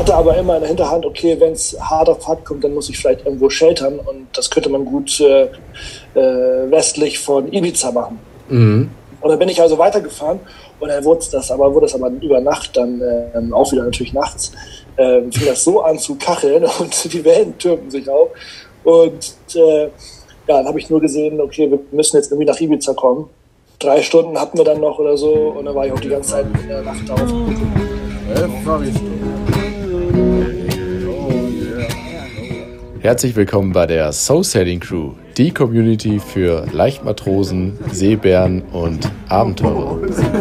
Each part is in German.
hatte aber immer in der Hinterhand, okay, wenn es hart auf hart kommt, dann muss ich vielleicht irgendwo sheltern und das könnte man gut westlich von Ibiza machen. Und dann bin ich also weitergefahren und dann wurde das aber über Nacht dann auch wieder natürlich nachts, fing das so an zu kacheln und die Wellen türmten sich auf und dann habe ich nur gesehen, okay, wir müssen jetzt irgendwie nach Ibiza kommen. 3 Stunden hatten wir dann noch oder so und dann war ich auch die ganze Zeit in der Nacht auf. Herzlich willkommen bei der Soul Sailing Crew, die Community für Leichtmatrosen, Seebären und Abenteurer.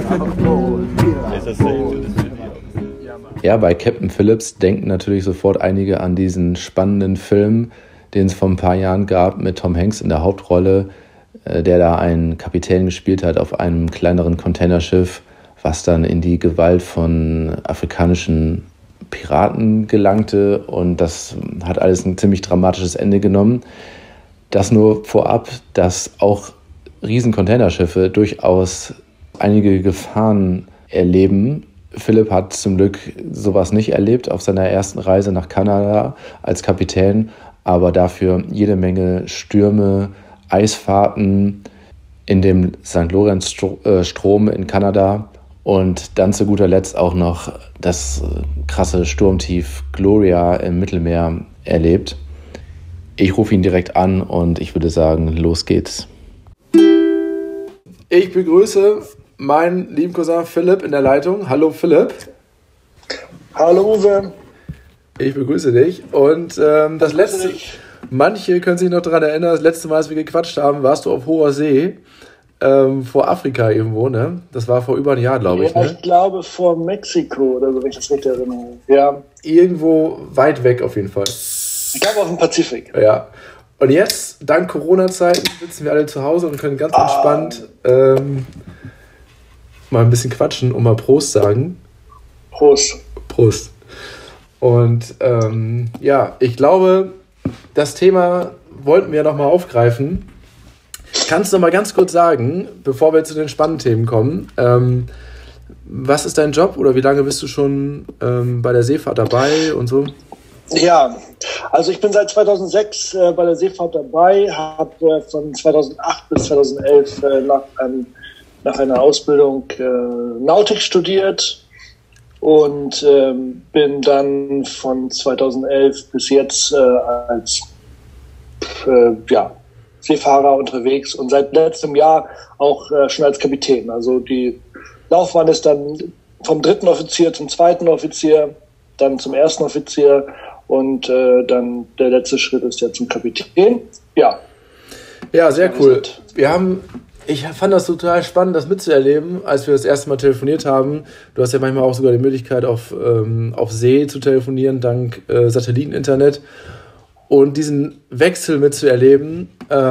Ja, bei Captain Phillips denken natürlich sofort einige an diesen spannenden Film, den es vor ein paar Jahren gab mit Tom Hanks in der Hauptrolle, der da einen Kapitän gespielt hat auf einem kleineren Containerschiff, was dann in die Gewalt von afrikanischen Piraten gelangte, und das hat alles ein ziemlich dramatisches Ende genommen. Das nur vorab, dass auch Riesen-Containerschiffe durchaus einige Gefahren erleben. Philipp hat zum Glück sowas nicht erlebt auf seiner ersten Reise nach Kanada als Kapitän, aber dafür jede Menge Stürme, Eisfahrten in dem St. Lawrence-Strom in Kanada und dann zu guter Letzt auch noch das krasse Sturmtief Gloria im Mittelmeer erlebt. Ich rufe ihn direkt an und ich würde sagen, los geht's. Ich begrüße meinen lieben Cousin Philipp in der Leitung. Hallo Philipp. Hallo Uwe. Ich begrüße dich. Und das letzte, manche können sich noch daran erinnern, das letzte Mal, als wir gequatscht haben, warst du auf hoher See. Vor Afrika irgendwo, ne? Das war vor über einem Jahr, glaube ich. Ja, ne? Ich glaube vor Mexiko oder so, wenn ich das richtig erinnere. Ja. Irgendwo weit weg auf jeden Fall. Ich glaube auf dem Pazifik. Ja. Und jetzt, dank Corona-Zeiten, sitzen wir alle zu Hause und können ganz entspannt mal ein bisschen quatschen und mal Prost sagen. Prost. Prost. Und ich glaube, das Thema wollten wir nochmal aufgreifen. Kannst du noch mal ganz kurz sagen, bevor wir zu den spannenden Themen kommen, was ist dein Job oder wie lange bist du schon bei der Seefahrt dabei und so? Ja, also ich bin seit 2006 bei der Seefahrt dabei, habe von 2008 bis 2011 nach einer Ausbildung Nautik studiert und bin dann von 2011 bis jetzt als Seefahrer unterwegs und seit letztem Jahr auch schon als Kapitän. Also die Laufbahn ist dann vom 3. Offizier zum 2. Offizier, dann zum 1. Offizier und dann der letzte Schritt ist ja zum Kapitän. Ja, sehr cool. Ich fand das total spannend, das mitzuerleben, als wir das erste Mal telefoniert haben. Du hast ja manchmal auch sogar die Möglichkeit, auf See zu telefonieren, dank Satelliteninternet. Und diesen Wechsel mitzuerleben,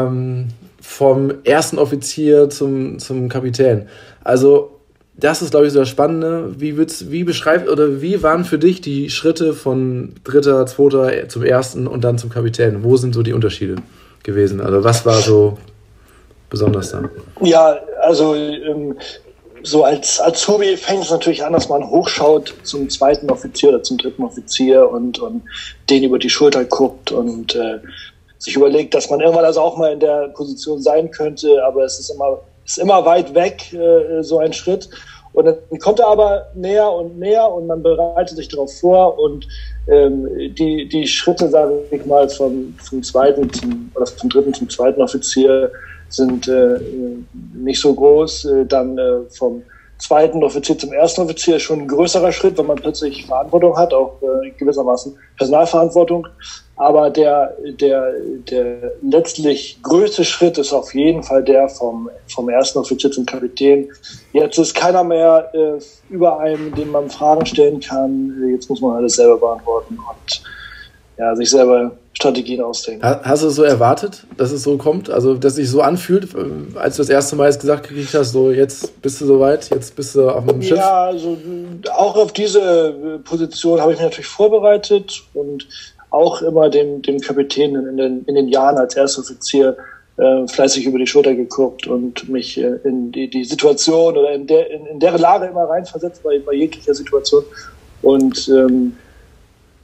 vom 1. Offizier zum Kapitän. Also das ist, glaube ich, so das Spannende. Wie waren für dich die Schritte von 3., 2. zum 1. und dann zum Kapitän? Wo sind so die Unterschiede gewesen? Also was war so besonders da? Ja, also so als Azubi fängt es natürlich an, dass man hochschaut zum 2. Offizier oder zum 3. Offizier und den über die Schulter guckt und sich überlegt, dass man irgendwann also auch mal in der Position sein könnte, aber es ist immer weit weg, so ein Schritt. Und dann kommt er aber näher und man bereitet sich darauf vor und die Schritte, sage ich mal, vom 2. vom 3. zum 2. Offizier sind nicht so groß. Dann vom 2. Offizier zum 1. Offizier ist schon ein größerer Schritt, wenn man plötzlich Verantwortung hat, auch gewissermaßen Personalverantwortung. Aber der letztlich größte Schritt ist auf jeden Fall der vom 1. Offizier zum Kapitän. Jetzt ist keiner mehr über einem, dem man Fragen stellen kann. Jetzt muss man alles selber beantworten und sich selber Strategien ausdenken. Hast du es so erwartet, dass es so kommt? Also, dass es sich so anfühlt, als du das erste Mal gesagt gekriegt hast, so jetzt bist du soweit, jetzt bist du auf dem Schiff? Ja, also auch auf diese Position habe ich mich natürlich vorbereitet und auch immer dem Kapitän in den Jahren als Erstoffizier fleißig über die Schulter geguckt und mich in die Situation oder in deren Lage immer reinversetzt bei jeglicher Situation. Und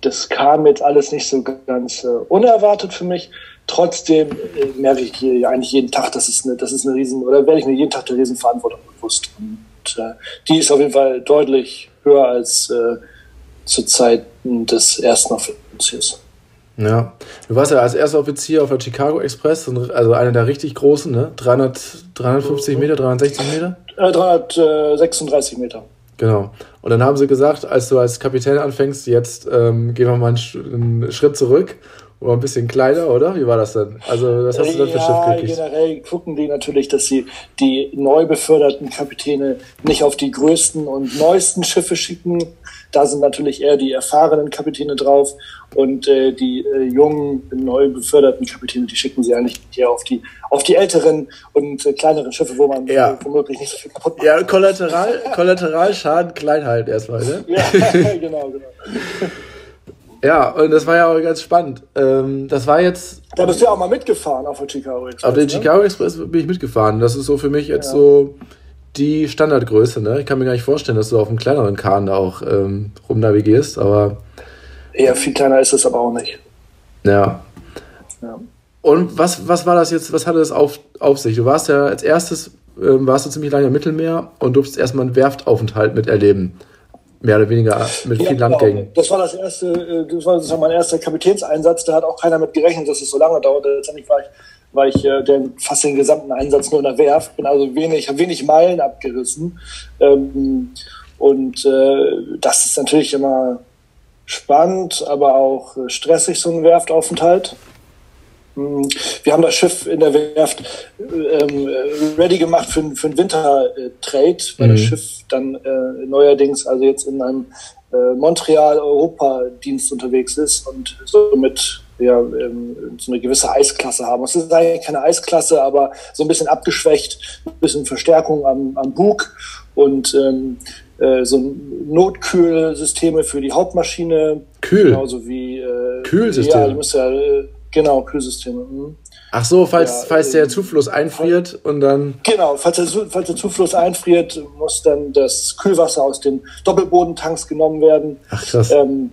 das kam jetzt alles nicht so ganz unerwartet für mich. Trotzdem merke ich hier eigentlich jeden Tag, das ist eine riesen, oder werde ich mir jeden Tag der Riesenverantwortung bewusst. Und die ist auf jeden Fall deutlich höher als zu Zeiten des ersten Offiziers. Ja, du warst ja als erster Offizier auf der Chicago Express, also einer der richtig großen, ne? 350 Meter, 360 Meter? 336 Meter. Genau. Und dann haben sie gesagt, als du als Kapitän anfängst, jetzt gehen wir mal einen Schritt zurück, oder ein bisschen kleiner, oder? Wie war das denn? Also, was hast du dann für Schiff gekriegt? Generell gucken die natürlich, dass sie die neu beförderten Kapitäne nicht auf die größten und neuesten Schiffe schicken. Da sind natürlich eher die erfahrenen Kapitäne drauf und die jungen, neu beförderten Kapitäne, die schicken sie eigentlich eher auf die älteren und kleineren Schiffe, wo man womöglich nicht so viel kaputt macht. Ja, Kollateralschaden klein halten erstmal, ne? Ja, genau. Ja, und das war ja auch ganz spannend. Das war jetzt... Da bist du ja auch mal mitgefahren auf der Chicago Express. Auf der Chicago Express bin ich mitgefahren. Das ist so für mich jetzt so die Standardgröße, ne? Ich kann mir gar nicht vorstellen, dass du auf einem kleineren Kahn da auch rumnavigierst, aber... Ja, viel kleiner ist es aber auch nicht. Ja. Und was war das jetzt, was hatte das auf sich? Du warst ja als erstes, warst du ziemlich lange im Mittelmeer und durftest erstmal einen Werftaufenthalt miterleben. Mehr oder weniger mit vielen Landgängen. Das war das war mein erster Kapitänseinsatz. Da hat auch keiner mit gerechnet, dass es so lange dauert. Letztendlich war ich fast den gesamten Einsatz nur in der Werft. Bin also habe wenig Meilen abgerissen. Das ist natürlich immer spannend, aber auch stressig, so ein Werftaufenthalt. Wir haben das Schiff in der Werft ready gemacht für einen Wintertrade, weil das Schiff dann neuerdings also jetzt in einem Montreal-Europa-Dienst unterwegs ist und somit so eine gewisse Eisklasse haben. Es ist eigentlich keine Eisklasse, aber so ein bisschen abgeschwächt, ein bisschen Verstärkung am Bug und so Notkühlsysteme für die Hauptmaschine. Genauso wie Kühlsysteme? Ja, die muss ja genau, Kühlsysteme. Ach so, falls der Zufluss einfriert und dann... Genau, falls der Zufluss einfriert, muss dann das Kühlwasser aus den Doppelbodentanks genommen werden. Ach krass.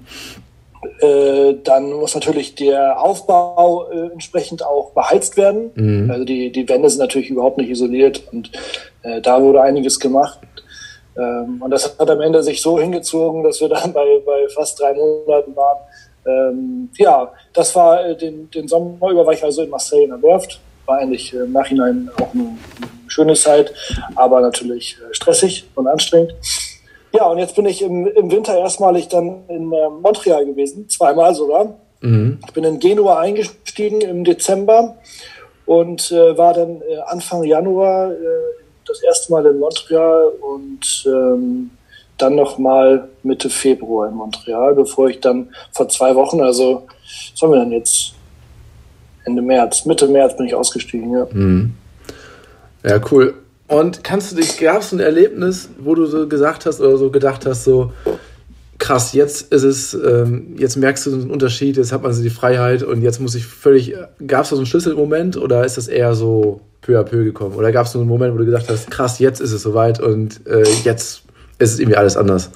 Dann muss natürlich der Aufbau entsprechend auch beheizt werden. Mhm. Also die Wände sind natürlich überhaupt nicht isoliert und da wurde einiges gemacht. Und das hat am Ende sich so hingezogen, dass wir dann bei fast 3 Monaten waren. Das war den Sommer über, war ich also in Marseille in der Werft. War eigentlich im Nachhinein auch eine schöne Zeit, aber natürlich stressig und anstrengend. Ja, und jetzt bin ich im Winter erstmalig dann in Montreal gewesen, 2-mal sogar. Mhm. Ich bin in Genua eingestiegen im Dezember und war dann Anfang Januar das erste Mal in Montreal und dann nochmal Mitte Februar in Montreal, bevor ich dann vor 2 Wochen, also was haben wir denn jetzt? Mitte März bin ich ausgestiegen, ja. Mhm. Ja, cool. Und gab es ein Erlebnis, wo du so gesagt hast oder so gedacht hast, so krass, jetzt ist es, jetzt merkst du einen Unterschied, jetzt hat man so die Freiheit und jetzt muss ich gab es da so einen Schlüsselmoment oder ist das eher so peu à peu gekommen? Oder gab es so einen Moment, wo du gesagt hast, krass, jetzt ist es soweit und jetzt ist es irgendwie alles anders?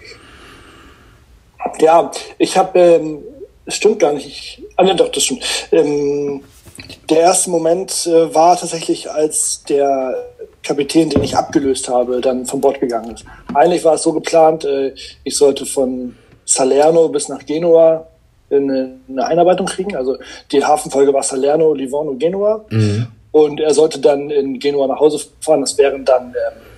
Ja, ich habe, es stimmt gar nicht, doch, das stimmt. Der erste Moment war tatsächlich, als der Kapitän, den ich abgelöst habe, dann von Bord gegangen ist. Eigentlich war es so geplant, ich sollte von Salerno bis nach Genua eine Einarbeitung kriegen. Also die Hafenfolge war Salerno, Livorno, Genua. Mhm. Und er sollte dann in Genua nach Hause fahren. Das wären dann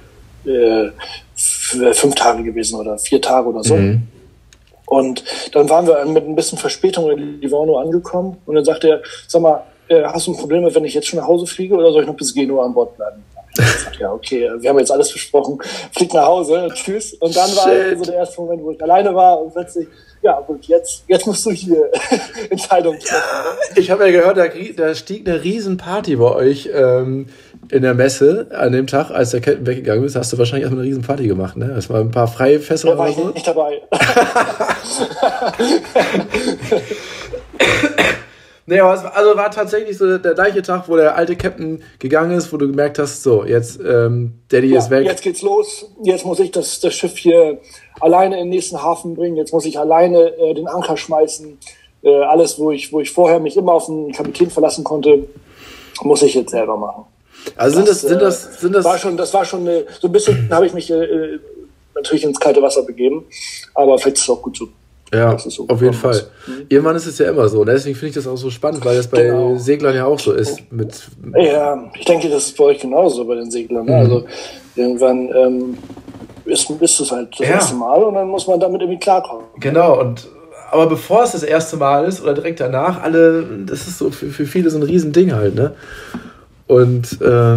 5 Tage gewesen oder 4 Tage oder so. Mhm. Und dann waren wir mit ein bisschen Verspätung in Livorno angekommen. Und dann sagte er, sag mal, hast du ein Problem, wenn ich jetzt schon nach Hause fliege oder soll ich noch bis Genua an Bord bleiben? Ich gesagt, ja, okay, wir haben jetzt alles besprochen, flieg nach Hause, tschüss. Und dann war so der erste Moment, wo ich alleine war und plötzlich, ja gut, jetzt musst du hier Entscheidungen treffen. Ja, ich habe ja gehört, da stieg eine Riesenparty bei euch in der Messe an dem Tag, als der Captain weggegangen ist. Hast du wahrscheinlich erstmal eine Riesenparty gemacht, ne? Das war ein paar Freifässer oder so. Da war ich nicht dabei. Nee, aber es war tatsächlich so der gleiche Tag, wo der alte Captain gegangen ist, wo du gemerkt hast, so, jetzt, Daddy ist weg. Jetzt geht's los. Jetzt muss ich das Schiff hier alleine in den nächsten Hafen bringen. Jetzt muss ich alleine den Anker schmeißen. Alles, wo ich vorher mich immer auf den Kapitän verlassen konnte, muss ich jetzt selber machen. Also das war schon so ein bisschen habe ich mich natürlich ins kalte Wasser begeben, aber vielleicht ist es auch gut so. Ja, so auf jeden Fall. Irgendwann ist es ja immer so. Und deswegen finde ich das auch so spannend, weil das bei Seglern ja auch so ist. Ja, ich denke, das ist bei euch genauso bei den Seglern. Mhm. Also irgendwann ist es halt das erste Mal und dann muss man damit irgendwie klarkommen. Genau, aber bevor es das erste Mal ist oder direkt danach, das ist so für viele so ein Riesending halt, ne? Und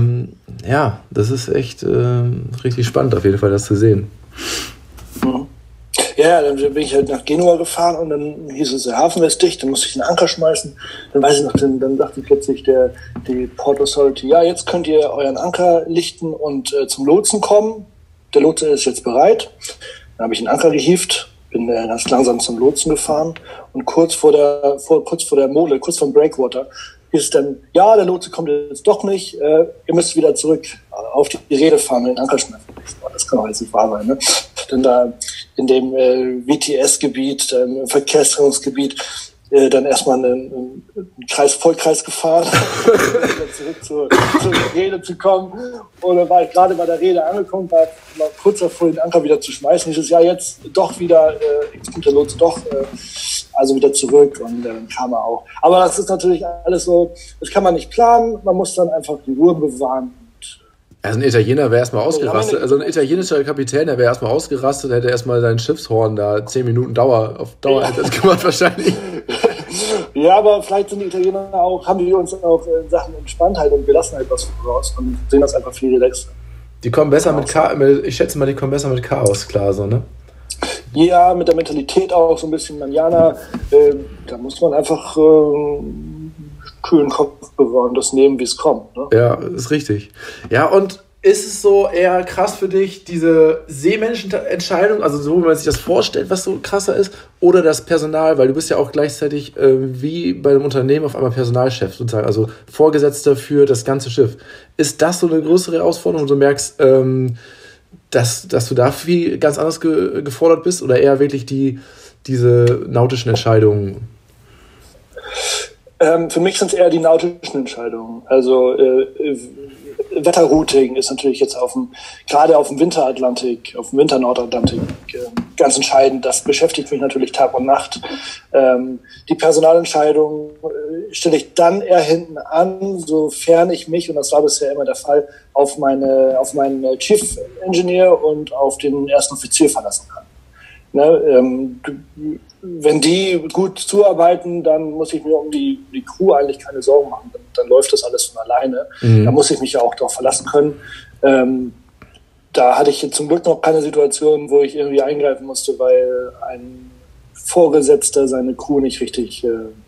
das ist echt richtig spannend auf jeden Fall, das zu sehen. Mhm. Ja, dann bin ich halt nach Genua gefahren und dann hieß es, der Hafen ist dicht, dann musste ich einen Anker schmeißen. Dann weiß ich noch, dann sagte plötzlich die Port Authority, ja, jetzt könnt ihr euren Anker lichten und zum Lotsen kommen. Der Lotse ist jetzt bereit. Dann habe ich einen Anker gehievt, bin ganz langsam zum Lotsen gefahren und kurz vor der Mole, kurz vorm Breakwater, hieß es dann, ja, der Lotse kommt jetzt doch nicht, ihr müsst wieder zurück auf die Reede fahren und den Anker schmeißen. Das kann doch jetzt nicht wahr sein, ne? Dann da in dem WTS-Gebiet, im Verkehrstrennungsgebiet, dann erstmal einen Vollkreis gefahren, wieder zurück zur Reede zu kommen. Und dann war ich gerade bei der Reede angekommen, war kurz davor, den Anker wieder zu schmeißen. Dieses Jahr jetzt doch wieder, jetzt kommt der Lotse doch, also wieder zurück und dann kam er auch. Aber das ist natürlich alles so, das kann man nicht planen, man muss dann einfach die Ruhe bewahren. Also ein Italiener wäre erstmal ausgerastet, also ein italienischer Kapitän, der wäre erstmal ausgerastet, hätte erstmal sein Schiffshorn da 10 Minuten auf Dauereinsatz gemacht wahrscheinlich. Ja, aber vielleicht sind die Italiener auch, haben die uns auch in Sachen Entspanntheit und Gelassenheit was voraus und sehen das einfach viel relaxter. Die kommen besser ich schätze mal, die kommen besser mit Chaos klar, so, ne? Ja, mit der Mentalität auch so ein bisschen Manjana, da muss man einfach kühlen Kopf bewahren, das nehmen, wie es kommt. Ne? Ja, ist richtig. Ja, und ist es so eher krass für dich, diese Seemenschenentscheidung, also so, wie man sich das vorstellt, was so krasser ist, oder das Personal, weil du bist ja auch gleichzeitig wie bei einem Unternehmen auf einmal Personalchef sozusagen, also Vorgesetzter für das ganze Schiff. Ist das so eine größere Herausforderung, wo du merkst, dass du da viel ganz anders gefordert bist oder eher wirklich diese nautischen Entscheidungen? Für mich sind es eher die nautischen Entscheidungen. Also Wetterrouting ist natürlich jetzt gerade auf dem Winteratlantik, auf dem Winternordatlantik ganz entscheidend. Das beschäftigt mich natürlich Tag und Nacht. Die Personalentscheidung stelle ich dann eher hinten an, sofern ich mich, und das war bisher immer der Fall, auf meinen Chief Engineer und auf den ersten Offizier verlassen kann. Ne, wenn die gut zuarbeiten, dann muss ich mir um die Crew eigentlich keine Sorgen machen. Dann läuft das alles von alleine. Da muss ich mich ja auch darauf verlassen können. Da hatte ich jetzt zum Glück noch keine Situation, wo ich irgendwie eingreifen musste, weil ein Vorgesetzter seine Crew nicht richtig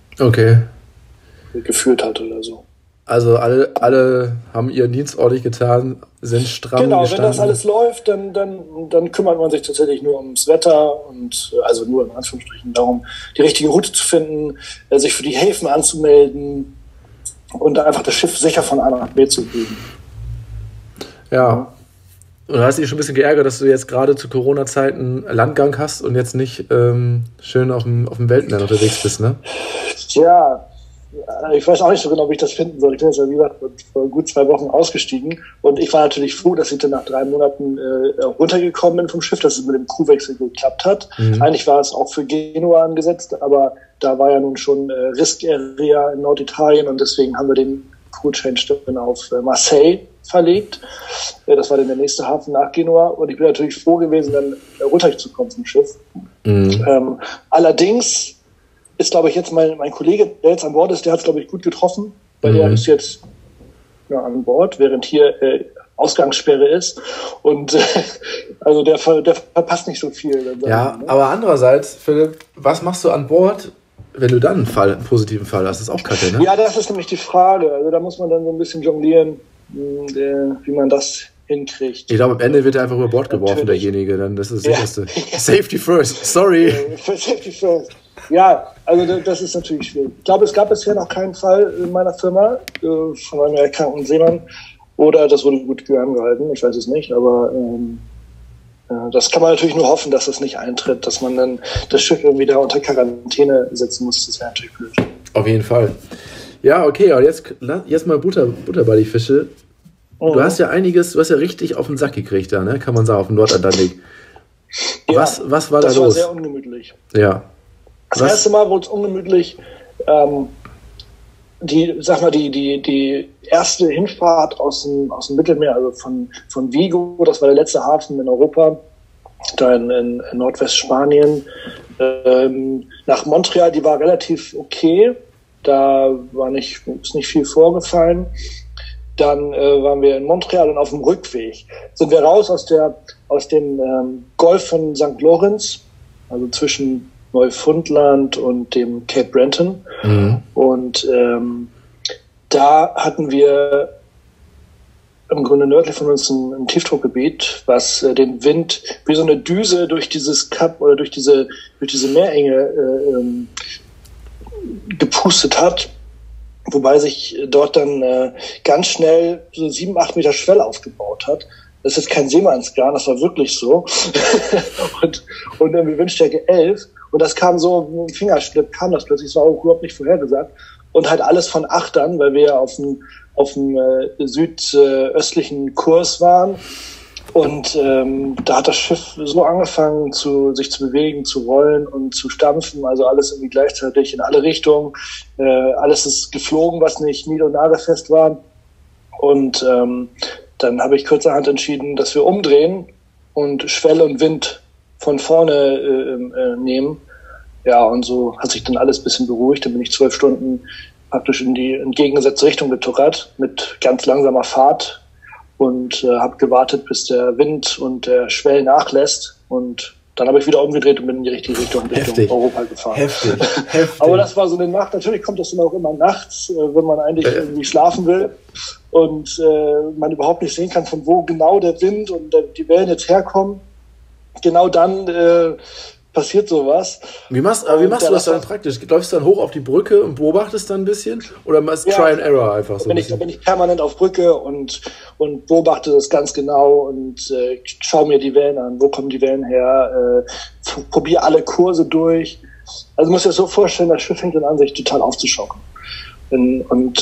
geführt hat oder so. Also alle haben ihren Dienst ordentlich getan, sind stramm gestanden. Wenn das alles läuft, dann kümmert man sich tatsächlich nur ums Wetter und also nur in Anführungsstrichen darum, die richtige Route zu finden, sich für die Häfen anzumelden und einfach das Schiff sicher von A nach B zu kriegen. Ja. Und hast dich schon ein bisschen geärgert, dass du jetzt gerade zu Corona-Zeiten Landgang hast und jetzt nicht schön auf dem Weltmeer unterwegs bist, ne? Ja. Ich weiß auch nicht so genau, wie ich das finden soll. Ich bin jetzt, wie gesagt, vor gut 2 Wochen ausgestiegen. Und ich war natürlich froh, dass ich dann nach 3 Monaten runtergekommen bin vom Schiff, dass es mit dem Crewwechsel geklappt hat. Eigentlich war es auch für Genua angesetzt, aber da war ja nun schon Risk Area in Norditalien und deswegen haben wir den Crew-Change dann auf Marseille verlegt. Das war dann der nächste Hafen nach Genua. Und ich bin natürlich froh gewesen, dann runterzukommen vom Schiff. Allerdings ist, glaube ich, jetzt mein Kollege, der jetzt an Bord ist, der hat es, glaube ich, gut getroffen, weil der ist jetzt an Bord, während hier Ausgangssperre ist. Und also der verpasst nicht so viel. Ja, aber andererseits, Philipp, was machst du an Bord, wenn du dann einen positiven Fall hast? Das ist auch kacke, ne? Ja, das ist nämlich die Frage. Also da muss man dann so ein bisschen jonglieren, wie man das hinkriegt. Ich glaube, am Ende wird er einfach über Bord geworfen, derjenige. Dann das ist das Sicherste. Safety first, sorry. Safety first. Ja, also das ist natürlich schwierig. Ich glaube, es gab bisher noch keinen Fall in meiner Firma von einem erkrankten Seemann oder das wurde gut geheim gehalten, ich weiß es nicht, aber das kann man natürlich nur hoffen, dass das nicht eintritt, dass man dann das Schiff irgendwie da unter Quarantäne setzen muss. Das wäre natürlich blöd. Auf jeden Fall. Ja, okay, aber jetzt mal Butter bei die Fische. Du hast ja richtig auf den Sack gekriegt da, ne? Kann man sagen, auf dem Nordatlantik. Ja, was war da los? Das war sehr ungemütlich. Ja. Das erste Mal wurde es ungemütlich. Die erste Hinfahrt aus dem Mittelmeer, also von Vigo, das war der letzte Hafen in Europa, da in Nordwestspanien, nach Montreal, die war relativ okay. Da ist nicht viel vorgefallen. Dann waren wir in Montreal und auf dem Rückweg sind wir raus aus dem Golf von St. Lawrence, also zwischen Neufundland und dem Cape Breton. Mhm. Und da hatten wir im Grunde nördlich von uns ein Tiefdruckgebiet, was den Wind wie so eine Düse durch dieses Kap oder durch diese Meerenge gepustet hat. Wobei sich dort dann ganz schnell so 7-8 Meter Schwell aufgebaut hat. Das ist jetzt kein Seemannsgarn, das war wirklich so. und irgendwie Windstärke 11. Und das kam so, im Fingerschnipp kam das plötzlich, das war auch überhaupt nicht vorhergesagt. Und halt alles von Achtern, weil wir auf dem südöstlichen Kurs waren. Und da hat das Schiff so angefangen, sich zu bewegen, zu rollen und zu stampfen, also alles irgendwie gleichzeitig in alle Richtungen. Alles ist geflogen, was nicht nied- und nagelfest war. Und dann habe ich kurzerhand entschieden, dass wir umdrehen und Schwelle und Wind von vorne nehmen. Ja, und so hat sich dann alles ein bisschen beruhigt. Dann bin ich 12 Stunden praktisch in die entgegengesetzte Richtung getuckert mit ganz langsamer Fahrt. Und habe gewartet, bis der Wind und der Schwell nachlässt. Und dann habe ich wieder umgedreht und bin in die richtige Richtung Europa gefahren. Heftig. Aber das war so eine Nacht. Natürlich kommt das dann auch immer nachts, wenn man eigentlich irgendwie schlafen will und man überhaupt nicht sehen kann, von wo genau der Wind und die Wellen jetzt herkommen. Genau dann passiert sowas. Wie machst du das dann praktisch? Läufst du dann hoch auf die Brücke und beobachtest dann ein bisschen? Oder machst Try and Error einfach so? Da bin ich permanent auf Brücke und beobachte das ganz genau und schaue mir die Wellen an. Wo kommen die Wellen her? Probiere alle Kurse durch. Also du musst dir das so vorstellen, das Schiff fängt dann an, sich total aufzuschaukeln. Und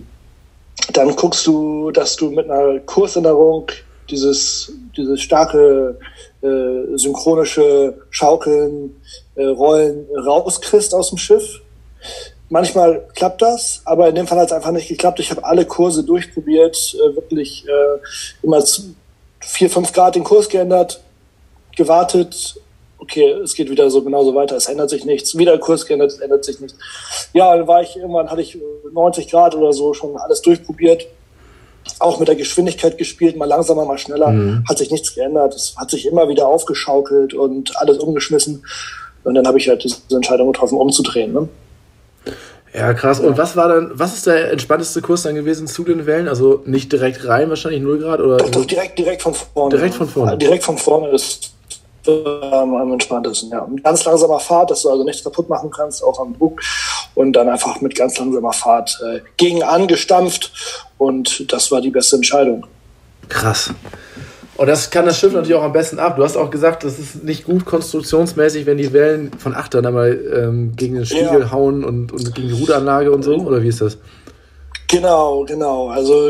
dann guckst du, dass du mit einer Kursänderung dieses starke synchronische Schaukeln, Rollen rauskriegst aus dem Schiff. Manchmal klappt das, aber in dem Fall hat es einfach nicht geklappt. Ich habe alle Kurse durchprobiert, wirklich immer 4-5 Grad den Kurs geändert, gewartet. Okay, es geht wieder so genauso weiter, es ändert sich nichts. Wieder Kurs geändert, es ändert sich nichts. Ja, dann hatte ich 90 Grad oder so schon alles durchprobiert. Auch mit der Geschwindigkeit gespielt, mal langsamer, mal schneller, hat sich nichts geändert. Es hat sich immer wieder aufgeschaukelt und alles umgeschmissen. Und dann habe ich halt diese Entscheidung getroffen, umzudrehen. Ne? Ja, krass. Und was ist der entspannteste Kurs dann gewesen zu den Wellen? Also nicht direkt rein, wahrscheinlich 0 Grad? Oder doch, direkt von vorne. Direkt von vorne? Direkt von vorne ist am entspanntesten, ja. Mit ganz langsamer Fahrt, dass du also nichts kaputt machen kannst, auch am Bug. Und dann einfach mit ganz langsamer Fahrt gegen angestampft. Und das war die beste Entscheidung. Krass. Und das kann das Schiff natürlich auch am besten ab. Du hast auch gesagt, das ist nicht gut konstruktionsmäßig, wenn die Wellen von Achtern einmal gegen den Spiegel hauen und gegen die Ruderanlage und so. Oder wie ist das? Genau. Also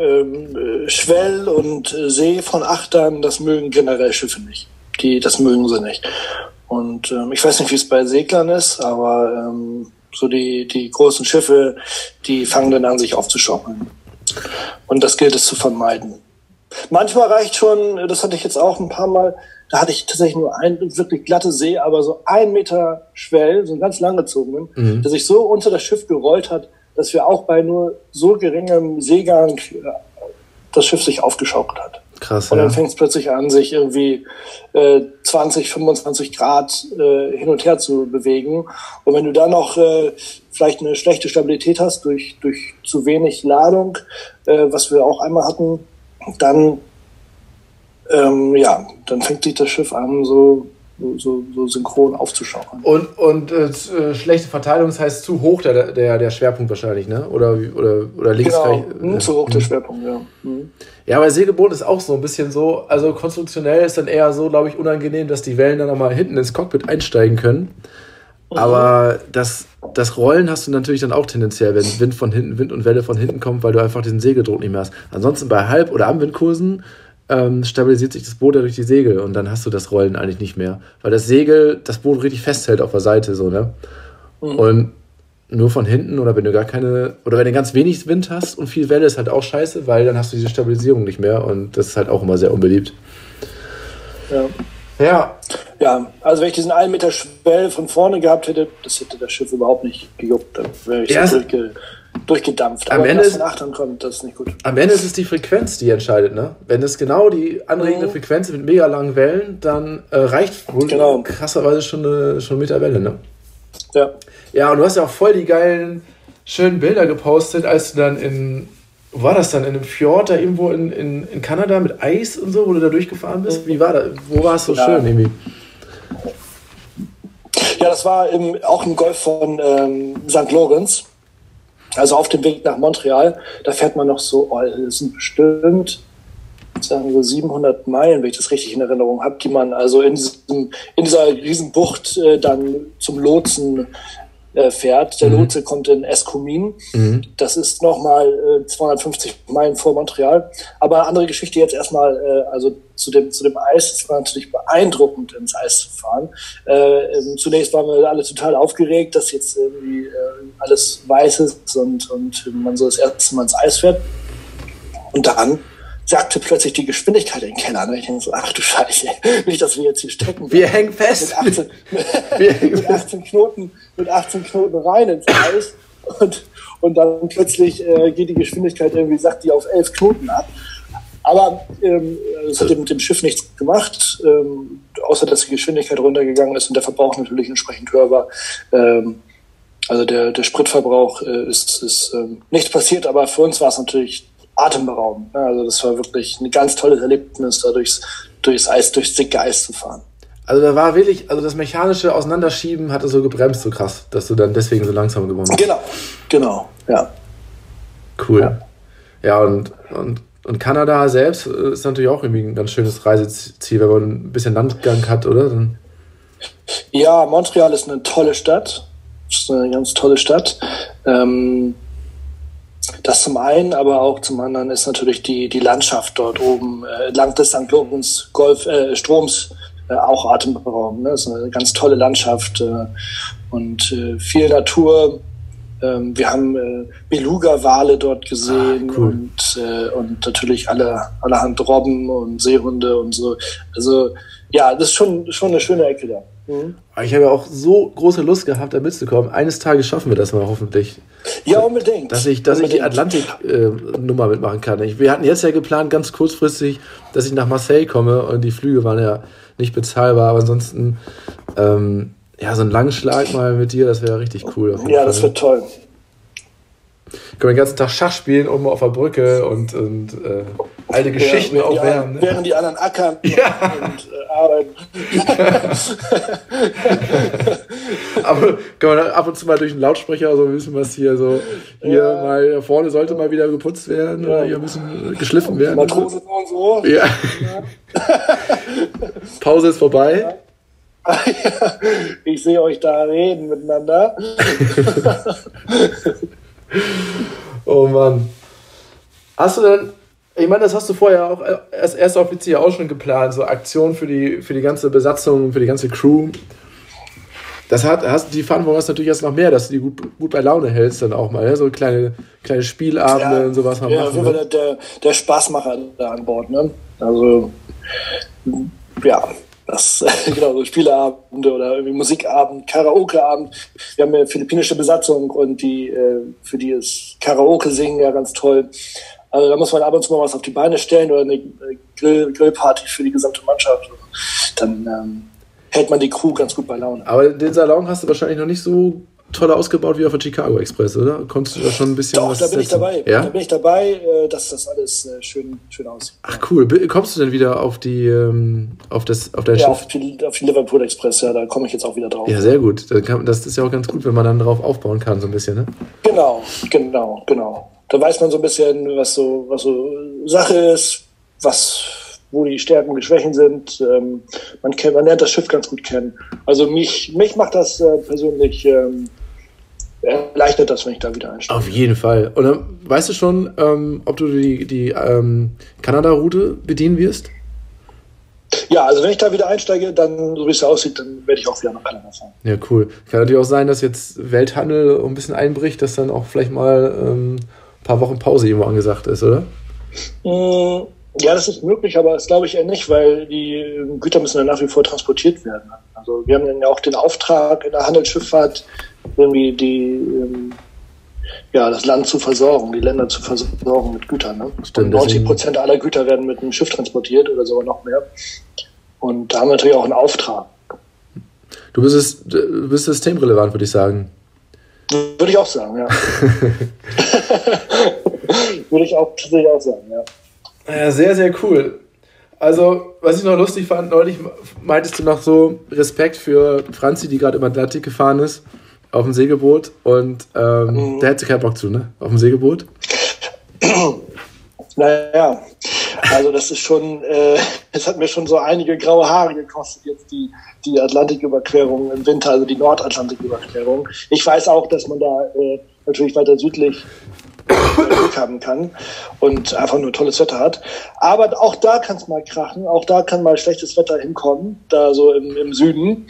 Schwell und See von Achtern, das mögen generell Schiffe nicht. Das mögen sie nicht. Und ich weiß nicht, wie es bei Seglern ist, aber so die großen Schiffe, die fangen dann an, sich aufzuschaukeln. Und das gilt es zu vermeiden. Manchmal reicht schon, das hatte ich jetzt auch ein paar Mal, da hatte ich tatsächlich nur eine wirklich glatte See, aber so 1 Meter Schwell, so einen ganz langgezogenen, der sich so unter das Schiff gerollt hat, dass wir auch bei nur so geringem Seegang das Schiff sich aufgeschaukelt hat. Krass, und dann fängt es plötzlich an, sich irgendwie 20, 25 Grad hin und her zu bewegen. Und wenn du dann noch vielleicht eine schlechte Stabilität hast durch zu wenig Ladung, was wir auch einmal hatten, dann fängt sich das Schiff an, so so synchron aufzuschaukeln. Und schlechte Verteilung, das heißt zu hoch der Schwerpunkt wahrscheinlich, ne? Oder links? Genau, zu hoch der Schwerpunkt, ja. Mhm. Ja, bei Segelboot ist auch so ein bisschen so, also konstruktionell ist dann eher so, glaube ich, unangenehm, dass die Wellen dann nochmal hinten ins Cockpit einsteigen können. Mhm. Aber das Rollen hast du natürlich dann auch tendenziell, wenn Wind und Welle von hinten kommt, weil du einfach diesen Segeldruck nicht mehr hast. Ansonsten bei Halb- oder Anwindkursen stabilisiert sich das Boot ja durch die Segel und dann hast du das Rollen eigentlich nicht mehr. Weil das Segel das Boot richtig festhält auf der Seite, so, ne? Mhm. Und nur von hinten oder wenn du wenn du ganz wenig Wind hast und viel Welle, ist halt auch scheiße, weil dann hast du diese Stabilisierung nicht mehr und das ist halt auch immer sehr unbeliebt. Ja, also wenn ich diesen 1 Meter Schwell von vorne gehabt hätte, das hätte das Schiff überhaupt nicht gejuckt. Dann wäre ich durchgedampft. Aber wenn das von Achtern kommt, das ist nicht gut. Am Ende ist es die Frequenz, die entscheidet, ne? Wenn es genau die anregende Frequenz mit mega langen Wellen, dann reicht wohl krasserweise schon eine Meter Welle, ne? Ja. Ja, und du hast ja auch voll die geilen, schönen Bilder gepostet, als du dann wo war das dann? In einem Fjord da irgendwo in Kanada mit Eis und so, wo du da durchgefahren bist? Wie war das? Wo war es so schön irgendwie? Ja, das war auch im Golf von St. Lorenz. Also auf dem Weg nach Montreal. Da fährt man noch so, das sind bestimmt, sagen wir 700 Meilen, wenn ich das richtig in Erinnerung habe, die man also in dieser riesen Bucht dann zum Lotsen fährt. Der Lotse kommt in Escomin. Mhm. Das ist nochmal 250 Meilen vor Montreal. Aber andere Geschichte jetzt erstmal, also zu dem Eis. Es war natürlich beeindruckend, ins Eis zu fahren. Zunächst waren wir alle total aufgeregt, dass jetzt irgendwie alles weiß ist und man so das erste Mal ins Eis fährt. Und dann sagte plötzlich die Geschwindigkeit in den Keller. Und ich denke so, ach du Scheiße, nicht, dass wir jetzt hier stecken. Wir hängen fest. Mit 18 Knoten rein ins Eis. Und dann plötzlich geht die Geschwindigkeit irgendwie, sagt die auf 11 Knoten ab. Aber es hat mit dem Schiff nichts gemacht, außer dass die Geschwindigkeit runtergegangen ist und der Verbrauch natürlich entsprechend höher war. Also der Spritverbrauch ist nichts passiert, aber für uns war es natürlich atemberaubend. Also das war wirklich ein ganz tolles Erlebnis, da durchs dicke Eis zu fahren. Also da war wirklich, also das mechanische Auseinanderschieben hatte so gebremst, so krass, dass du dann deswegen so langsam geworden bist. Genau, ja. Cool. Ja, und Kanada selbst ist natürlich auch irgendwie ein ganz schönes Reiseziel, wenn man ein bisschen Landgang hat, oder? Ja, Montreal ist eine tolle Stadt. Ist eine ganz tolle Stadt. Das zum einen, aber auch zum anderen ist natürlich die Landschaft dort oben entlang des St. Lorenz Stroms auch atemberaubend. Ne? Das ist eine ganz tolle Landschaft und viel Natur. Wir haben Beluga-Wale dort gesehen. Cool. Und natürlich allerhand Robben und Seehunde und so. Also ja, das ist schon eine schöne Ecke da. Mhm. Ich habe ja auch so große Lust gehabt, da mitzukommen. Eines Tages schaffen wir das mal hoffentlich. Ja, unbedingt. Dass ich die Atlantik-Nummer mitmachen kann. Wir hatten jetzt ja geplant, ganz kurzfristig, dass ich nach Marseille komme und die Flüge waren ja nicht bezahlbar, aber ansonsten so einen langen Schlag mal mit dir, das wäre richtig cool. Ja, das wird toll. Können wir den ganzen Tag Schach spielen oben auf der Brücke und alte Geschichten aufwärmen. Ne? Während die anderen ackern und arbeiten. Aber kann man ab und zu mal durch einen Lautsprecher so ein bisschen was hier so, mal da vorne sollte mal wieder geputzt werden oder hier ein bisschen geschliffen werden. Matrose und so. Ja. Pause ist vorbei. Ja. Ich sehe euch da reden miteinander. Oh Mann. Hast du denn, ich meine, das hast du vorher auch als erster Offizier auch schon geplant, so Aktionen für die ganze Besatzung, für die ganze Crew. Die Verantwortung hast natürlich erst noch mehr, dass du die gut bei Laune hältst dann auch mal, ne? So kleine Spielabende und sowas mal machen. Ja, der Spaßmacher da an Bord, ne? Also, ja. Das, genau, so Spieleabende oder irgendwie Musikabend, Karaokeabend. Wir haben eine philippinische Besatzung und für die ist Karaoke singen ja ganz toll. Also da muss man ab und zu mal was auf die Beine stellen oder eine Grillparty für die gesamte Mannschaft. Dann hält man die Crew ganz gut bei Laune. Aber den Salon hast du wahrscheinlich noch nicht so toll ausgebaut wie auf der Chicago Express, oder? Konntest du da schon ein bisschen Doch, was da bin ich dabei. Ja? Da bin ich dabei, dass das alles schön aussieht. Ach cool. Kommst du denn wieder auf die auf dein Ja, Schiff? auf die Liverpool Express, ja, da komme ich jetzt auch wieder drauf. Ja, sehr gut. Das ist ja auch ganz gut, wenn man dann drauf aufbauen kann, so ein bisschen, ne? Genau. Da weiß man so ein bisschen, was so Sache ist, wo die Stärken und die Schwächen sind. Man lernt das Schiff ganz gut kennen. Also mich macht das persönlich erleichtert das, wenn ich da wieder einsteige. Auf jeden Fall. Und dann weißt du schon, ob du die Kanada-Route bedienen wirst? Ja, also wenn ich da wieder einsteige, dann, so wie es aussieht, dann werde ich auch wieder nach Kanada fahren. Ja, cool. Kann natürlich auch sein, dass jetzt Welthandel ein bisschen einbricht, dass dann auch vielleicht mal ein paar Wochen Pause irgendwo angesagt ist, oder? Ja, das ist möglich, aber das glaube ich eher nicht, weil die Güter müssen dann nach wie vor transportiert werden. Also wir haben dann ja auch den Auftrag in der Handelsschifffahrt, irgendwie das Land zu versorgen, die Länder zu versorgen mit Gütern. Ne? Stimmt, und 90% aller Güter werden mit einem Schiff transportiert oder sogar noch mehr. Und da haben wir natürlich auch einen Auftrag. Du bist systemrelevant, würde ich sagen. Würde ich auch sagen, ja. Würde ich auch tatsächlich auch sagen, ja. Ja, sehr, sehr cool. Also, was ich noch lustig fand, neulich meintest du noch so Respekt für Franzi, die gerade im Atlantik gefahren ist, auf dem Segelboot. Und da hätte sie keinen Bock zu, ne? Auf dem Segelboot. Naja, also das ist schon, es hat mir schon so einige graue Haare gekostet, jetzt die Atlantiküberquerung im Winter, also die Nordatlantiküberquerung. Ich weiß auch, dass man da natürlich weiter südlich Glück haben kann und einfach nur tolles Wetter hat. Aber auch da kann es mal krachen, auch da kann mal schlechtes Wetter hinkommen, da so im Süden.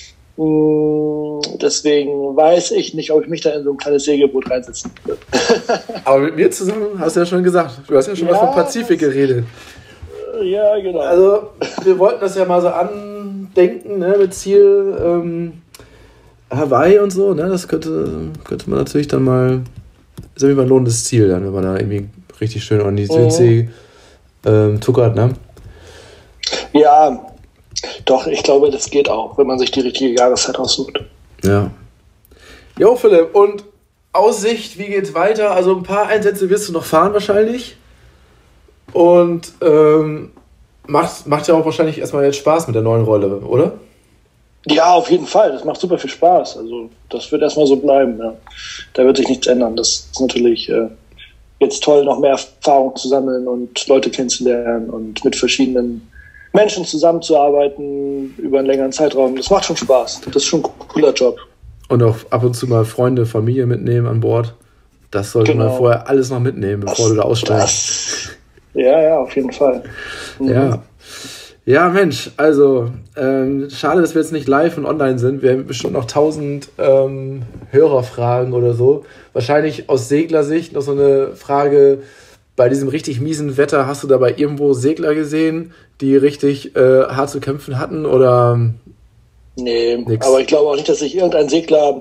Deswegen weiß ich nicht, ob ich mich da in so ein kleines Segelboot reinsetzen würde. Aber mit mir zusammen hast du ja schon gesagt, du hast ja schon mal vom Pazifik geredet. Ja, genau. Also wir wollten das ja mal so andenken, ne, mit Ziel Hawaii und so, ne, das könnte man natürlich dann mal, ist ja immer ein lohnendes Ziel dann, wenn man da irgendwie richtig schön an die Südsee tuckert, ne? Ja, doch, ich glaube, das geht auch, wenn man sich die richtige Jahreszeit aussucht. Ja. Jo, Philipp, und Aussicht, wie geht's weiter? Also ein paar Einsätze wirst du noch fahren wahrscheinlich. Und macht ja auch wahrscheinlich erstmal jetzt Spaß mit der neuen Rolle, oder? Ja, auf jeden Fall. Das macht super viel Spaß. Also das wird erstmal so bleiben. Ja. Da wird sich nichts ändern. Das ist natürlich jetzt toll, noch mehr Erfahrung zu sammeln und Leute kennenzulernen und mit verschiedenen Menschen zusammenzuarbeiten über einen längeren Zeitraum. Das macht schon Spaß. Das ist schon ein cooler Job. Und auch ab und zu mal Freunde, Familie mitnehmen an Bord. Das sollte man vorher alles noch mitnehmen, bevor du da aussteigst. Ja, auf jeden Fall. Mhm. Ja, Mensch, also schade, dass wir jetzt nicht live und online sind. Wir haben bestimmt noch 1000 Hörerfragen oder so. Wahrscheinlich aus Seglersicht noch so eine Frage: Bei diesem richtig miesen Wetter, hast du dabei irgendwo Segler gesehen, die richtig hart zu kämpfen hatten, oder? Nee, nix? Aber ich glaube auch nicht, dass sich irgendein Segler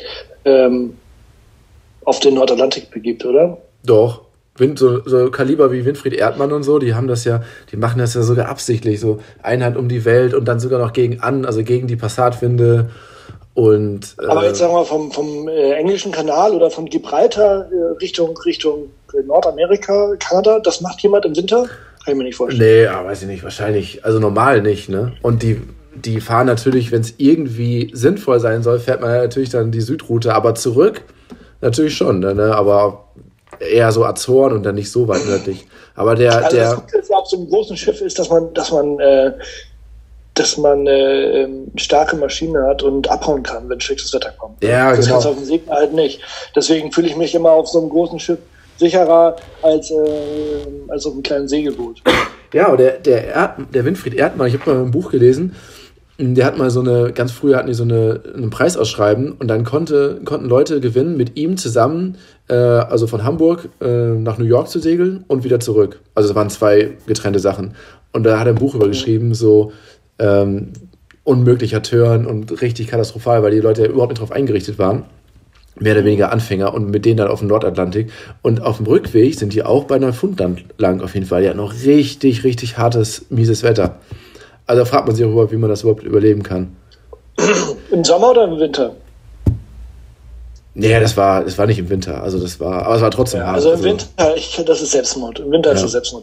auf den Nordatlantik begibt, oder? Doch. So Kaliber wie Winfried Erdmann und so, die machen das ja, die machen das ja sogar absichtlich, so Einheit um die Welt und dann sogar noch gegen die Passatwinde. Und aber jetzt sagen wir vom englischen Kanal oder von Gibraltar Richtung Nordamerika, Kanada, das macht jemand im Winter? Kann ich mir nicht vorstellen. Nee, weiß ich nicht, wahrscheinlich, also normal nicht, ne? Und die fahren natürlich, wenn es irgendwie sinnvoll sein soll, fährt man ja natürlich dann die Südroute, aber zurück natürlich schon, ne? Aber eher so Azoren und dann nicht so weit nördlich. Aber das Gute ist ja auf so einem großen Schiff ist, dass man starke Maschine hat und abhauen kann, wenn schlechtes Wetter kommt. Ja, das genau. kannst du auf dem Segler halt nicht. Deswegen fühle ich mich immer auf so einem großen Schiff sicherer als auf einem kleinen Segelboot. Ja, aber der Winfried Erdmann, ich habe mal ein Buch gelesen, der hat mal ganz früher hatten die so einen Preis ausschreiben und dann konnten Leute gewinnen, mit ihm zusammen, also von Hamburg nach New York zu segeln und wieder zurück. Also es waren 2 getrennte Sachen. Und da hat er ein Buch übergeschrieben, so unmöglicher Turn und richtig katastrophal, weil die Leute ja überhaupt nicht drauf eingerichtet waren. Mehr oder weniger Anfänger und mit denen dann auf dem Nordatlantik. Und auf dem Rückweg sind die auch bei Neufundland lang auf jeden Fall. Die hatten noch richtig, richtig hartes, mieses Wetter. Also da fragt man sich auch überhaupt, wie man das überhaupt überleben kann. Im Sommer oder im Winter? Nee, das war nicht im Winter. Also aber es war trotzdem hart. Also im Winter, das ist Selbstmord. Im Winter ist das Selbstmord.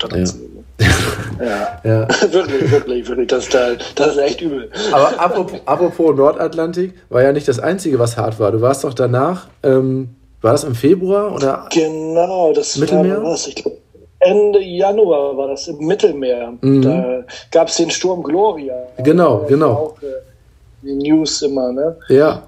Ja. Wirklich. Das ist echt übel. Aber apropos Nordatlantik, war ja nicht das Einzige, was hart war. Du warst doch danach, war das im Februar oder? Genau, das Mittelmeer? war was, ich glaube Ende Januar war das im Mittelmeer. Da gab es den Sturm Gloria. Genau. Auch die News immer, ne? Ja.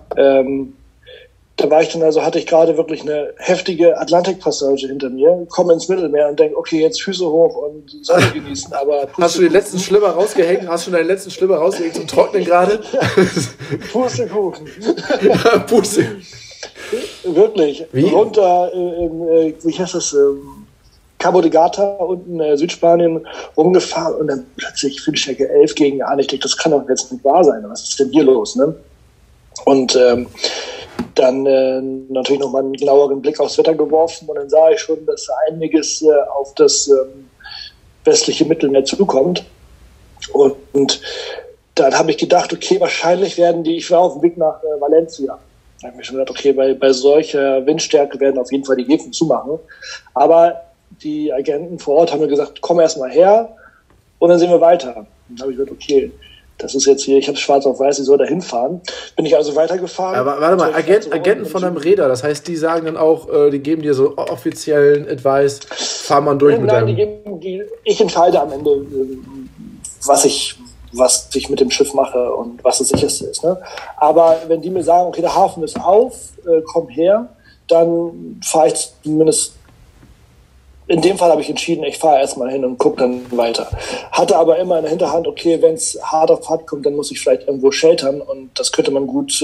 Da war ich dann, hatte ich gerade wirklich eine heftige Atlantikpassage hinter mir, komme ins Mittelmeer und denke, okay, jetzt Füße hoch und Sonne genießen, aber... Hast du den letzten Schlimmer rausgehängt? Hast du deinen letzten Schlimmer rausgehängt zum Trocknen gerade? Pustekuchen. Pustekuchen. Wirklich. Wie? Runter, wie heißt das, Cabo de Gata, unten Südspanien, rumgefahren und dann plötzlich Windstärke 11 gegen A. Ich denke, das kann doch jetzt nicht wahr sein. Was ist denn hier los, ne? Und dann natürlich nochmal einen genaueren Blick aufs Wetter geworfen und dann sah ich schon, dass einiges auf das westliche Mittelmeer zukommt. Und dann habe ich gedacht, okay, wahrscheinlich ich war auf dem Weg nach Valencia. Da habe ich mir schon gedacht, okay, bei solcher Windstärke werden auf jeden Fall die Häfen zumachen. Aber die Agenten vor Ort haben mir gesagt, komm erst mal her und dann sehen wir weiter. Dann habe ich gedacht, okay, das ist jetzt hier, ich habe schwarz auf weiß, ich soll da hinfahren. Bin ich also weitergefahren. Aber warte mal, Agenten von einem Räder, das heißt, die sagen dann auch, die geben dir so offiziellen Advice, fahr mal durch mit deinem... Ich entscheide am Ende, was ich mit dem Schiff mache und was das sicherste ist. Ne? Aber wenn die mir sagen, okay, der Hafen ist auf, komm her, dann fahre ich zumindest... In dem Fall habe ich entschieden, ich fahre erstmal hin und gucke dann weiter. Hatte aber immer in der Hinterhand, okay, wenn es hart auf hart kommt, dann muss ich vielleicht irgendwo sheltern und das könnte man gut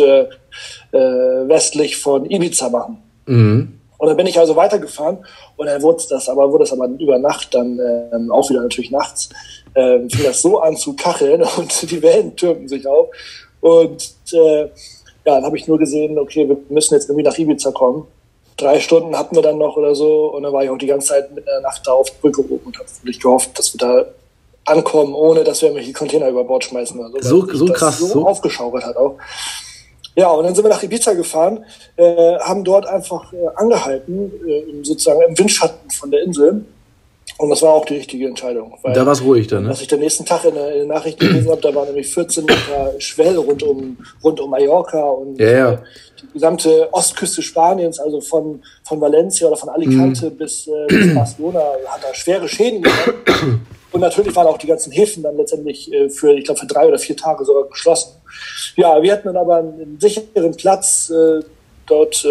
westlich von Ibiza machen. Mhm. Und dann bin ich also weitergefahren und dann wurde es aber über Nacht dann auch wieder natürlich nachts, fing das so an zu kacheln und die Wellen türmten sich auf und dann habe ich nur gesehen, okay, wir müssen jetzt irgendwie nach Ibiza kommen. 3 Stunden hatten wir dann noch oder so und dann war ich auch die ganze Zeit mit der Nacht da auf der Brücke oben und habe wirklich gehofft, dass wir da ankommen, ohne dass wir irgendwelche Container über Bord schmeißen. Also, so krass. So aufgeschaukelt hat auch. Ja, und dann sind wir nach Ibiza gefahren, haben dort einfach angehalten, sozusagen im Windschatten von der Insel. Und das war auch die richtige Entscheidung. Weil, da war es ruhig dann, ne? Was ich den nächsten Tag in den Nachrichten gelesen habe, da waren nämlich 14 Meter Schwell rund um Mallorca und die gesamte Ostküste Spaniens, also von Valencia oder von Alicante bis Barcelona, hat da schwere Schäden gehabt. Und natürlich waren auch die ganzen Häfen dann letztendlich für 3 oder 4 Tage sogar geschlossen. Ja, wir hatten dann aber einen sicheren Platz dort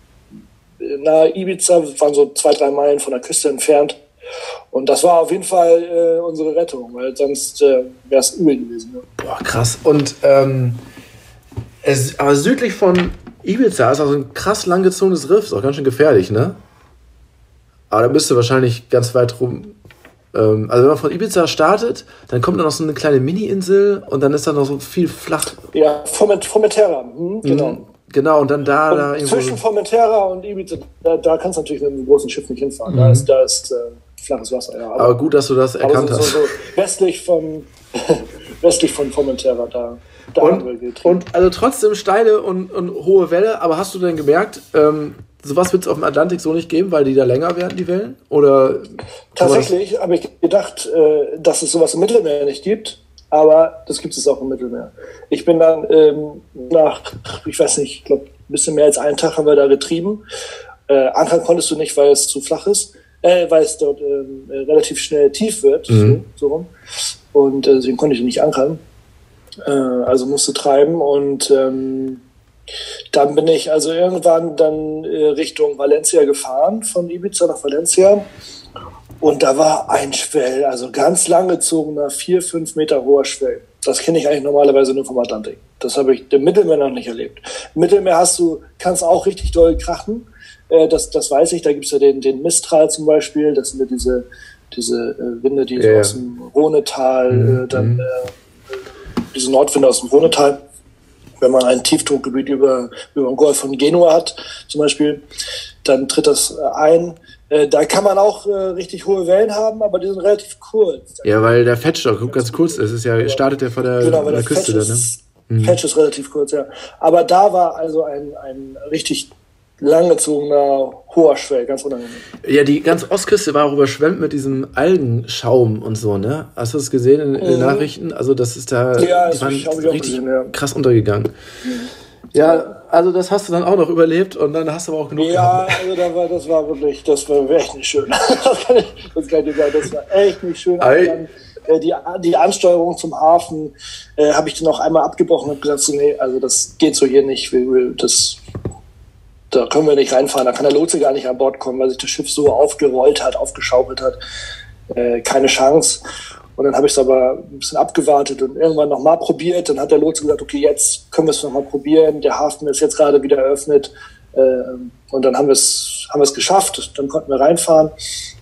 nahe Ibiza, waren so 2-3 Meilen von der Küste entfernt. Und das war auf jeden Fall unsere Rettung, weil sonst wäre es übel gewesen. Ne? Boah, krass. Und aber südlich von Ibiza ist auch so ein krass langgezogenes Riff, ist auch ganz schön gefährlich, ne? Aber da bist du wahrscheinlich ganz weit rum. Also wenn man von Ibiza startet, dann kommt da noch so eine kleine Mini-Insel und dann ist da noch so viel flach. Ja, Formentera, genau. Genau, und dann da irgendwo. Zwischen Formentera und Ibiza, da kannst du natürlich mit einem großen Schiff nicht hinfahren. Da ist flaches Wasser, ja. Aber gut, dass du das erkannt hast. So westlich von Formentera, da haben wir getrieben. Und also trotzdem steile und hohe Welle, aber hast du denn gemerkt, sowas wird es auf dem Atlantik so nicht geben, weil die da länger werden, die Wellen? Oder tatsächlich habe ich gedacht, dass es sowas im Mittelmeer nicht gibt, aber das gibt es auch im Mittelmeer. Ich bin dann nach, ich weiß nicht, ich glaube, ein bisschen mehr als einen Tag haben wir da getrieben. Ankern konntest du nicht, weil es zu flach ist, weil es dort relativ schnell tief wird, so rum. Und deswegen konnte ich nicht ankern. Also musste treiben und dann bin ich also irgendwann dann Richtung Valencia gefahren, von Ibiza nach Valencia. Und da war ein Schwell, also ganz langgezogener, 4-5 Meter hoher Schwell. Das kenne ich eigentlich normalerweise nur vom Atlantik. Das habe ich im Mittelmeer noch nicht erlebt. Im Mittelmeer kannst auch richtig doll krachen. Das weiß ich. Da gibt es ja den Mistral zum Beispiel. Das sind ja diese Winde, die so aus dem Rhonetal, diese Nordwinde aus dem Rhonetal. Wenn man ein Tiefdruckgebiet über den Golf von Genua hat, zum Beispiel, dann tritt das ein. Da kann man auch richtig hohe Wellen haben, aber die sind relativ kurz. Ja, weil der Fetch auch ganz kurz ist. Es ist ja, startet ja von der Küste. Fetch ist relativ kurz, ja. Aber da war also ein richtig langgezogener, hoher Schwell, ganz unangenehm. Ja, die ganze Ostküste war auch überschwemmt mit diesem Algenschaum und so, ne? Hast du das gesehen in den Nachrichten? Also das ist da, ja, die waren richtig gesehen, ja. krass untergegangen. Ja, also das hast du dann auch noch überlebt und dann hast du aber auch genug gehabt. Also das war echt nicht schön. Das kann ich dir sagen, das war echt nicht schön. Die Ansteuerung zum Hafen habe ich dann auch einmal abgebrochen und habe gesagt, so, nee, also das geht so hier nicht. Da können wir nicht reinfahren, da kann der Lotse gar nicht an Bord kommen, weil sich das Schiff so aufgerollt hat, aufgeschaukelt hat. Keine Chance. Und dann habe ich es aber ein bisschen abgewartet und irgendwann nochmal probiert. Dann hat der Lotse gesagt, okay, jetzt können wir es nochmal probieren. Der Hafen ist jetzt gerade wieder eröffnet. Und dann haben wir es geschafft. Dann konnten wir reinfahren.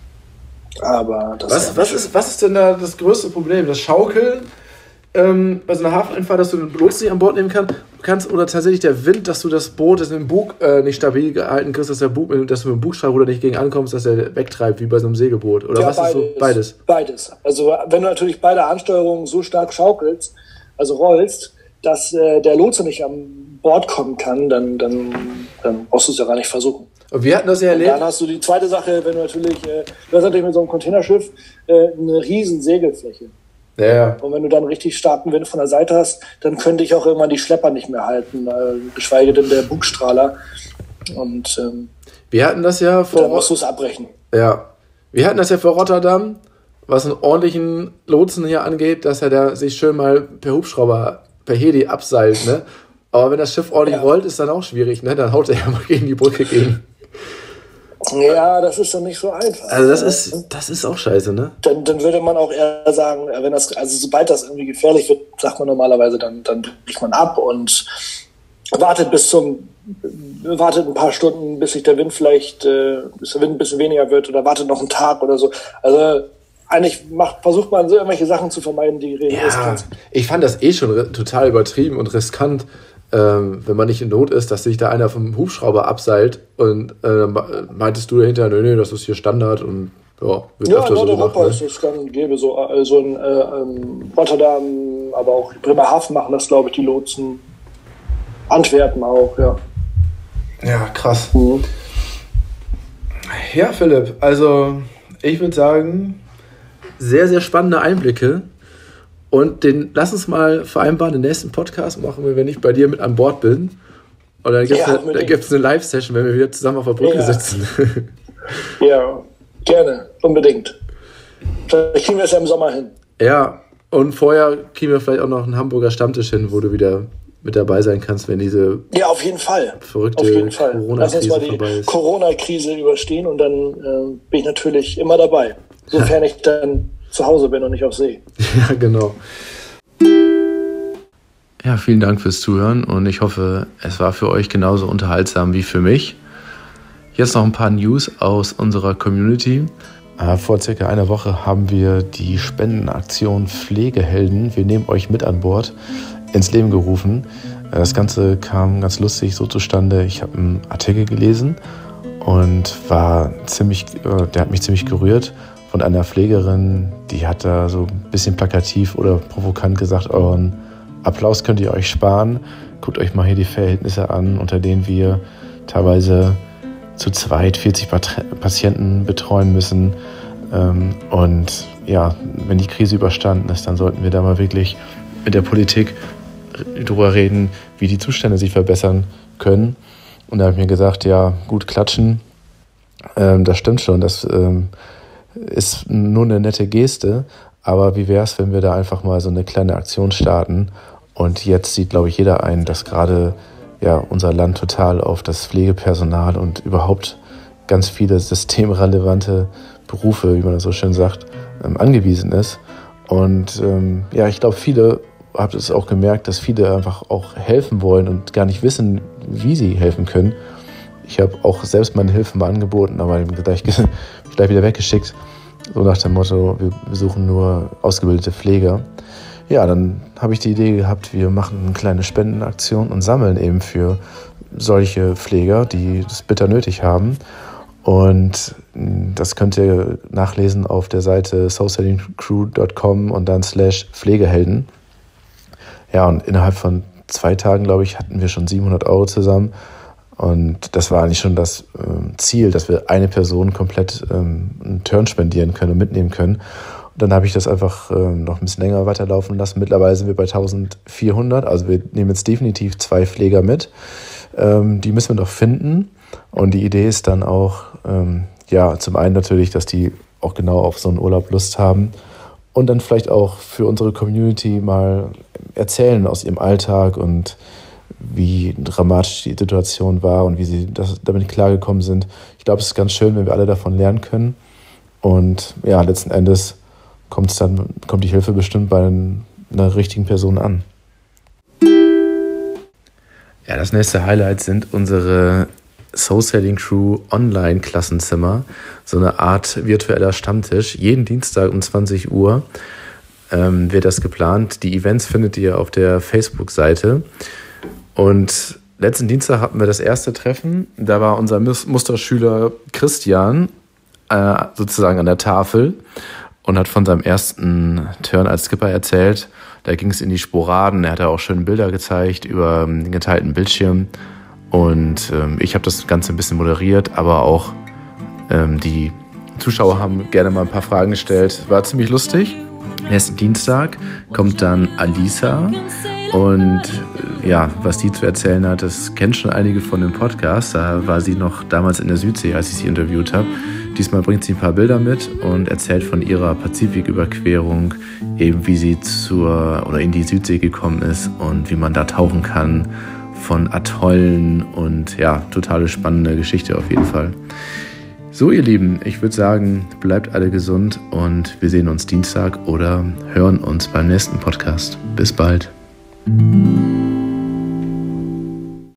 Aber das was ist denn da das größte Problem? Das Schaukeln bei so einer Hafeneinfahrt, dass du den Lotsen nicht an Bord nehmen kannst, oder tatsächlich der Wind, dass du das Boot, das mit dem Bug nicht stabil gehalten kriegst, dass du mit dem Bugstrahlruder nicht gegen ankommst, dass er wegtreibt, wie bei so einem Segelboot? Oder ja, was ist so? Beides? Beides. Also wenn du natürlich bei der Ansteuerung so stark schaukelst, also rollst, dass der Lotse nicht an Bord kommen kann, dann brauchst du es ja gar nicht versuchen. Und wir hatten das ja erlebt. Und dann hast du die zweite Sache, wenn du hast natürlich mit so einem Containerschiff eine riesen Segelfläche. Ja. Und wenn du dann richtig starken Wind von der Seite hast, dann könnte ich auch irgendwann die Schlepper nicht mehr halten, geschweige denn der Bugstrahler. Und wir hatten das ja dann musst du es abbrechen. Ja. Wir hatten das ja vor Rotterdam, was einen ordentlichen Lotsen hier angeht, dass er da sich schön mal per Hubschrauber, per Heli abseilt, ne? Aber wenn das Schiff ordentlich rollt, ist dann auch schwierig, ne? Dann haut er ja mal gegen die Brücke gegen. Ja, das ist dann nicht so einfach. Also das ist auch scheiße, ne? Dann würde man auch eher sagen, sobald das irgendwie gefährlich wird, sagt man normalerweise, dann bricht man ab und wartet ein paar Stunden, bis der Wind ein bisschen weniger wird, oder wartet noch einen Tag oder so. Also eigentlich versucht man so irgendwelche Sachen zu vermeiden, die riskant sind. Ich fand das schon total übertrieben und riskant, wenn man nicht in Not ist, dass sich da einer vom Hubschrauber abseilt und meintest du dahinter, nee, das ist hier Standard und ja, wird öfter so gemacht. Ja, in Europa ist das gang und gäbe so. Also in Rotterdam, aber auch Bremerhaven machen das, glaube ich, die Lotsen. Antwerpen auch, ja. Ja, krass. Mhm. Ja, Philipp, also ich würde sagen, sehr, sehr spannende Einblicke. Und lass uns mal vereinbaren, den nächsten Podcast machen wir, wenn ich bei dir mit an Bord bin. Und dann gibt es eine Live-Session, wenn wir wieder zusammen auf der Brücke sitzen. Ja, gerne, unbedingt. Vielleicht kriegen wir es ja im Sommer hin. Ja, und vorher kriegen wir vielleicht auch noch einen Hamburger Stammtisch hin, wo du wieder mit dabei sein kannst, wenn diese auf jeden Fall. Verrückte Corona-Krise Lass uns mal die Corona-Krise überstehen und dann bin ich natürlich immer dabei. Sofern ich dann zu Hause bin und nicht auf See. Ja, genau. Ja, vielen Dank fürs Zuhören und ich hoffe, es war für euch genauso unterhaltsam wie für mich. Jetzt noch ein paar News aus unserer Community. Vor circa einer Woche haben wir die Spendenaktion Pflegehelden, wir nehmen euch mit an Bord, ins Leben gerufen. Das Ganze kam ganz lustig so zustande. Ich habe einen Artikel gelesen und der hat mich ziemlich gerührt, von einer Pflegerin, die hat da so ein bisschen plakativ oder provokant gesagt, euren Applaus könnt ihr euch sparen. Guckt euch mal hier die Verhältnisse an, unter denen wir teilweise zu zweit 40 Patienten betreuen müssen. Und ja, wenn die Krise überstanden ist, dann sollten wir da mal wirklich mit der Politik drüber reden, wie die Zustände sich verbessern können. Und da habe ich mir gesagt, ja, gut klatschen, das stimmt schon, das ist nur eine nette Geste, aber wie wäre es, wenn wir da einfach mal so eine kleine Aktion starten? Und jetzt sieht, glaube ich, jeder ein, dass gerade unser Land total auf das Pflegepersonal und überhaupt ganz viele systemrelevante Berufe, wie man das so schön sagt, angewiesen ist. Und ich glaube, viele, habt es auch gemerkt, dass viele einfach auch helfen wollen und gar nicht wissen, wie sie helfen können. Ich habe auch selbst meine Hilfe mal angeboten, aber gleich wieder weggeschickt. So nach dem Motto, wir suchen nur ausgebildete Pfleger. Ja, dann habe ich die Idee gehabt, wir machen eine kleine Spendenaktion und sammeln eben für solche Pfleger, die das bitter nötig haben. Und das könnt ihr nachlesen auf der Seite soulsavingcrew.com und dann /Pflegehelden. Ja, und innerhalb von 2 Tagen, glaube ich, hatten wir schon 700 € zusammen. Und das war eigentlich schon das Ziel, dass wir eine Person komplett einen Turn spendieren können und mitnehmen können. Und dann habe ich das einfach noch ein bisschen länger weiterlaufen lassen. Mittlerweile sind wir bei 1400, also wir nehmen jetzt definitiv 2 Pfleger mit. Die müssen wir noch finden. Und die Idee ist dann auch, zum einen natürlich, dass die auch genau auf so einen Urlaub Lust haben und dann vielleicht auch für unsere Community mal erzählen aus ihrem Alltag und wie dramatisch die Situation war und wie sie damit klargekommen sind. Ich glaube, es ist ganz schön, wenn wir alle davon lernen können. Und ja, letzten Endes kommt die Hilfe bestimmt bei einer richtigen Person an. Ja, das nächste Highlight sind unsere Soul-Sailing Crew Online-Klassenzimmer. So eine Art virtueller Stammtisch. Jeden Dienstag um 20 Uhr wird das geplant. Die Events findet ihr auf der Facebook-Seite. Und letzten Dienstag hatten wir das erste Treffen. Da war unser Musterschüler Christian sozusagen an der Tafel und hat von seinem ersten Turn als Skipper erzählt. Da ging es in die Sporaden. Er hat auch schöne Bilder gezeigt über den geteilten Bildschirm. Und ich habe das Ganze ein bisschen moderiert, aber auch die Zuschauer haben gerne mal ein paar Fragen gestellt. War ziemlich lustig. Nächsten Dienstag kommt dann Alisa. Und was die zu erzählen hat, das kennen schon einige von dem Podcast. Da war sie noch damals in der Südsee, als ich sie interviewt habe. Diesmal bringt sie ein paar Bilder mit und erzählt von ihrer Pazifiküberquerung, eben wie sie in die Südsee gekommen ist und wie man da tauchen kann, von Atollen und totale spannende Geschichte auf jeden Fall. So, ihr Lieben, ich würde sagen, bleibt alle gesund und wir sehen uns Dienstag oder hören uns beim nächsten Podcast. Bis bald.